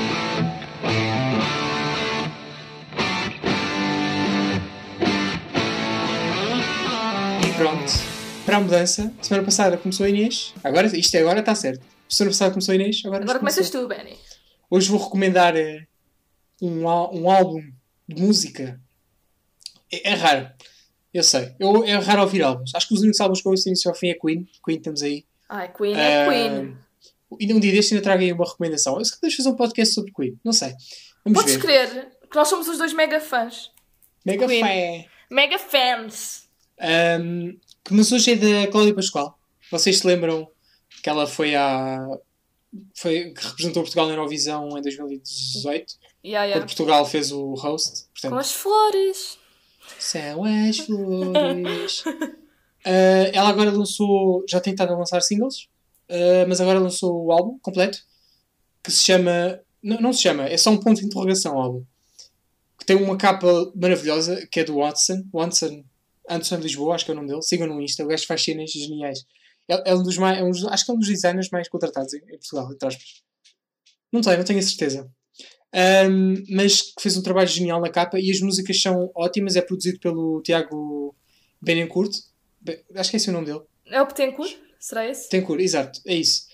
Pronto. Para a mudança, semana passada começou a Inês. Agora está certo. Semana passada começou a Inês. Agora começas tu, Benny. Hoje vou recomendar um álbum de música. É raro. Eu sei. É raro ouvir álbuns. Acho que os únicos álbuns que eu ouço início ao fim é Queen. Queen temos aí. Queen é Queen. E um dia deste ainda trago aí uma recomendação. Eu sei que deixo fazer um podcast sobre Queen. Não sei. Podes crer que nós somos os dois mega fãs. Mega fã. Mega fans. Mas hoje é da Cláudia Pascoal. Vocês se lembram que ela que representou Portugal na Eurovisão em 2018? Quando Portugal fez o host. Portanto, com as flores. São as flores. Ela agora já tem estado a lançar singles, mas agora lançou o álbum completo, que se chama... Não se chama, é só um ponto de interrogação o álbum. Que tem uma capa maravilhosa, que é do Watson Anderson de Lisboa, acho que é o nome dele. Sigam no Insta, o gajo faz cenas geniais. É um dos mais... acho que é um dos designers mais contratados em Portugal, entre aspas. Não tenho a certeza. Mas que fez um trabalho genial na capa e as músicas são ótimas. É produzido pelo Tiago Benencourt. Acho que é esse o nome dele. É o Betancourt? Será esse? Betancourt, exato, é isso.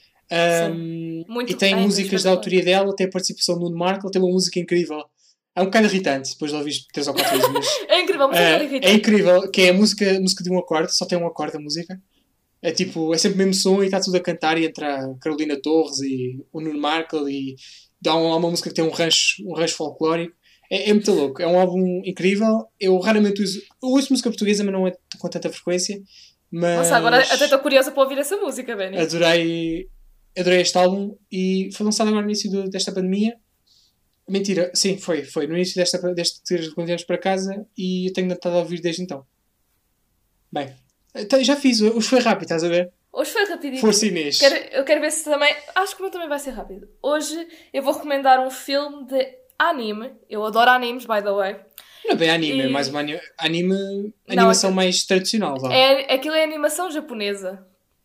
E tem músicas da autoria dela, tem a participação do Nuno Marco, tem uma música incrível. É um bocado irritante, depois de ouvir 3 ou 4 vezes. Mas, é incrível, mas é irritante. É incrível, que é a música de um acorde, só tem um acorde a música. É sempre o mesmo som e está tudo a cantar e entra a Carolina Torres e o Nuno Marco e dá uma música que tem um rancho folclórico. É muito louco, é um álbum incrível. Eu raramente ouço música portuguesa, mas não é com tanta frequência. Mas nossa, agora até estou curiosa para ouvir essa música, Benny. Adorei este álbum e foi lançado agora no início desta pandemia. Mentira, sim, foi no início deste quando viemos para casa e eu tenho estado a ouvir desde então. Bem, já fiz, hoje foi rápido, estás a ver? Hoje foi rapidinho. Força, Inês. Eu quero ver se também... Acho que o meu também vai ser rápido. Hoje eu vou recomendar um filme de anime. Eu adoro animes, by the way. Não é bem anime, é mais uma animação mais tradicional. Vá. Aquilo é animação japonesa.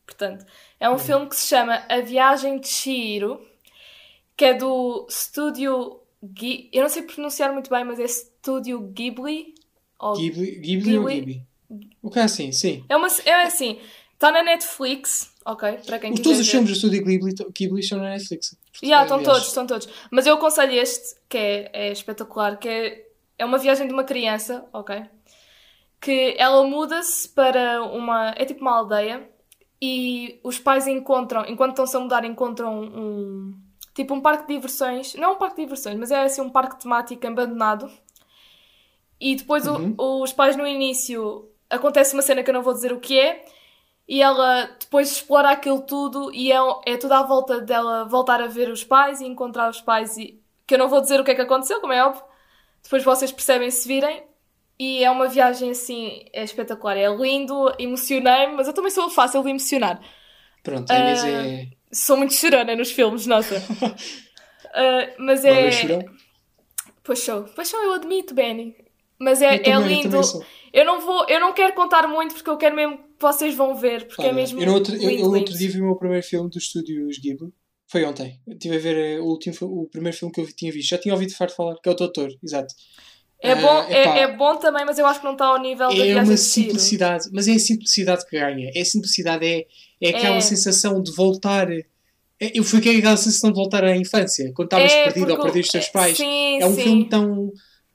Portanto, é um filme que se chama A Viagem de Chihiro, que é do Estúdio Ghibli. Eu não sei pronunciar muito bem, mas é Estúdio Ghibli. Ghibli ou Ghibli? O que é assim, sim. É assim, está na Netflix, ok? Para quem quiser todos os ver. filmes do Estúdio Ghibli estão na Netflix. Estão todos. Mas eu aconselho este, que é espetacular, que é uma viagem de uma criança, ok? Que ela muda-se para é tipo uma aldeia, e os pais enquanto estão-se a mudar, encontram um parque de diversões. Não um parque de diversões, mas é assim um parque temático abandonado. E depois os pais no início, acontece uma cena que eu não vou dizer o que é, e ela depois explora aquilo tudo, e é tudo à volta dela voltar a ver os pais e encontrar os pais, e que eu não vou dizer o que é que aconteceu, como é óbvio. Depois vocês percebem se virem. E é uma viagem assim, é espetacular, é lindo, emocionei-me, mas eu também sou fácil de emocionar. Pronto, a Inês é... Sou muito chorona nos filmes, nossa. Mas é... Pois sou, eu admito, Benny. Mas é lindo. Eu não quero contar muito, porque eu quero mesmo que vocês vão ver, porque é mesmo eu outro dia vi o meu primeiro filme dos estúdios Ghibli. Foi ontem. Eu estive a ver o primeiro filme que eu tinha visto. Já tinha ouvido farto falar, que é o Totoro, exato. É bom também, mas eu acho que não está ao nível da viagem de Chihiro. É uma simplicidade, mas é a simplicidade que ganha. É a simplicidade, é aquela sensação de voltar... Eu fiquei aquela sensação de voltar à infância, quando estavas perdido ou perdido os teus pais. Sim, é um filme tão...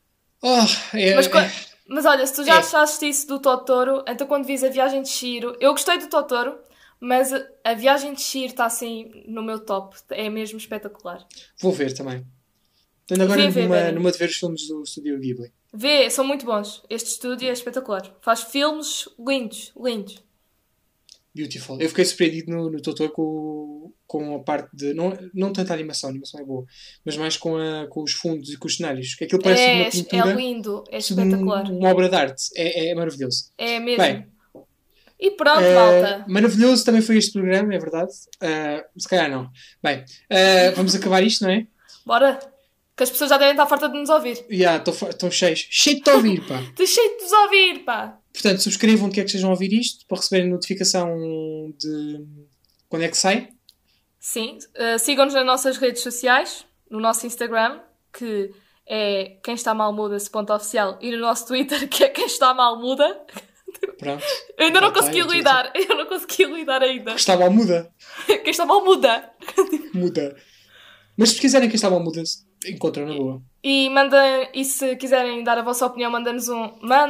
Mas olha, se tu já achaste isso do Totoro, então quando vis a viagem de Chihiro... Eu gostei do Totoro, mas a viagem de Chihiro está assim no meu top. É mesmo espetacular. Vou ver também. Estou agora numa de ver os filmes do Estúdio Ghibli. São muito bons. Este estúdio é espetacular. Faz filmes lindos. Beautiful. Eu fiquei surpreendido no Totoro com a parte de... Não tanto a animação é boa, mas mais com os fundos e com os cenários. Que aquilo parece uma pintura. É lindo, é espetacular. Uma obra de arte. É maravilhoso. É mesmo. Bem, e pronto, malta. Maravilhoso também foi este programa, é verdade. Se calhar não. Bem, vamos acabar isto, não é? Bora. Que as pessoas já devem estar fartas de nos ouvir. Estão cheios. Cheio de te ouvir, pá. Estou cheio de nos ouvir, pá. Portanto, subscrevam onde quer que estejam a ouvir isto, para receberem notificação de quando é que sai. Sim. Sigam-nos nas nossas redes sociais, no nosso Instagram, que é quem está mal muda-se.oficial, e no nosso Twitter, que é quem está mal muda. Pronto. Eu ainda não consegui lidar. Eu não consegui lidar ainda. Quem está mal muda. Quem está mal muda. Muda. Mas se quiserem quem está mal muda-se, encontram na boa. E se quiserem dar a vossa opinião, mandem-nos um...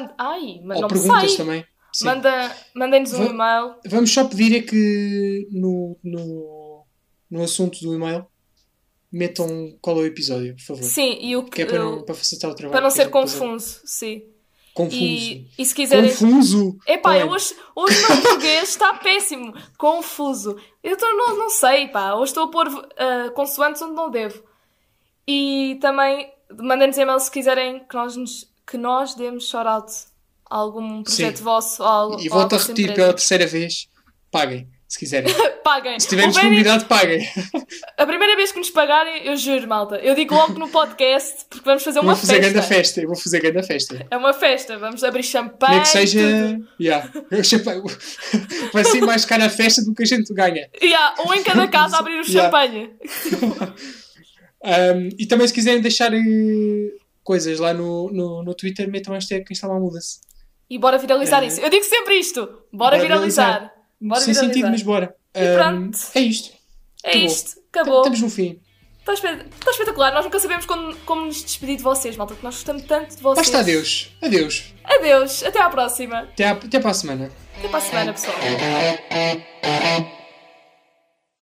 Ou perguntas também. Mandem-nos um e-mail. Vamos só pedir que no assunto do e-mail metam qual é o episódio, por favor. Sim, e o que é para facilitar o trabalho. Para não ser confuso, sim. Confuso. E se quiserem... Confuso! Epá, hoje o meu português está péssimo. Confuso. Eu não sei, pá. Hoje estou a pôr consoantes onde não devo. E também mandem-nos e-mail se quiserem que nós demos shout-out a algum projeto vosso. E volto a repetir pela terceira vez. Paguem, se quiserem. Paguem. Se tiverem disponibilidade, paguem. A primeira vez que nos pagarem, eu juro, malta. Eu digo logo no podcast, porque vamos fazer uma festa. Eu vou fazer grande festa. É uma festa. Vamos abrir champanhe. Nem que seja... Vai ser mais cara a festa do que a gente ganha. Um em cada casa a abrir o champanhe. E também se quiserem deixar coisas lá no Twitter, metam hashtag quem está mal muda-se. E bora viralizar isso. Eu digo sempre isto. Bora viralizar. Sem sentido, mas bora. E pronto. É isto. Acabou. Estamos no fim. Está espetacular. Nós nunca sabemos como nos despedir de vocês, malta, porque nós gostamos tanto de vocês. Basta adeus. Adeus. Até à próxima. Até para a semana. Até para a semana, pessoal.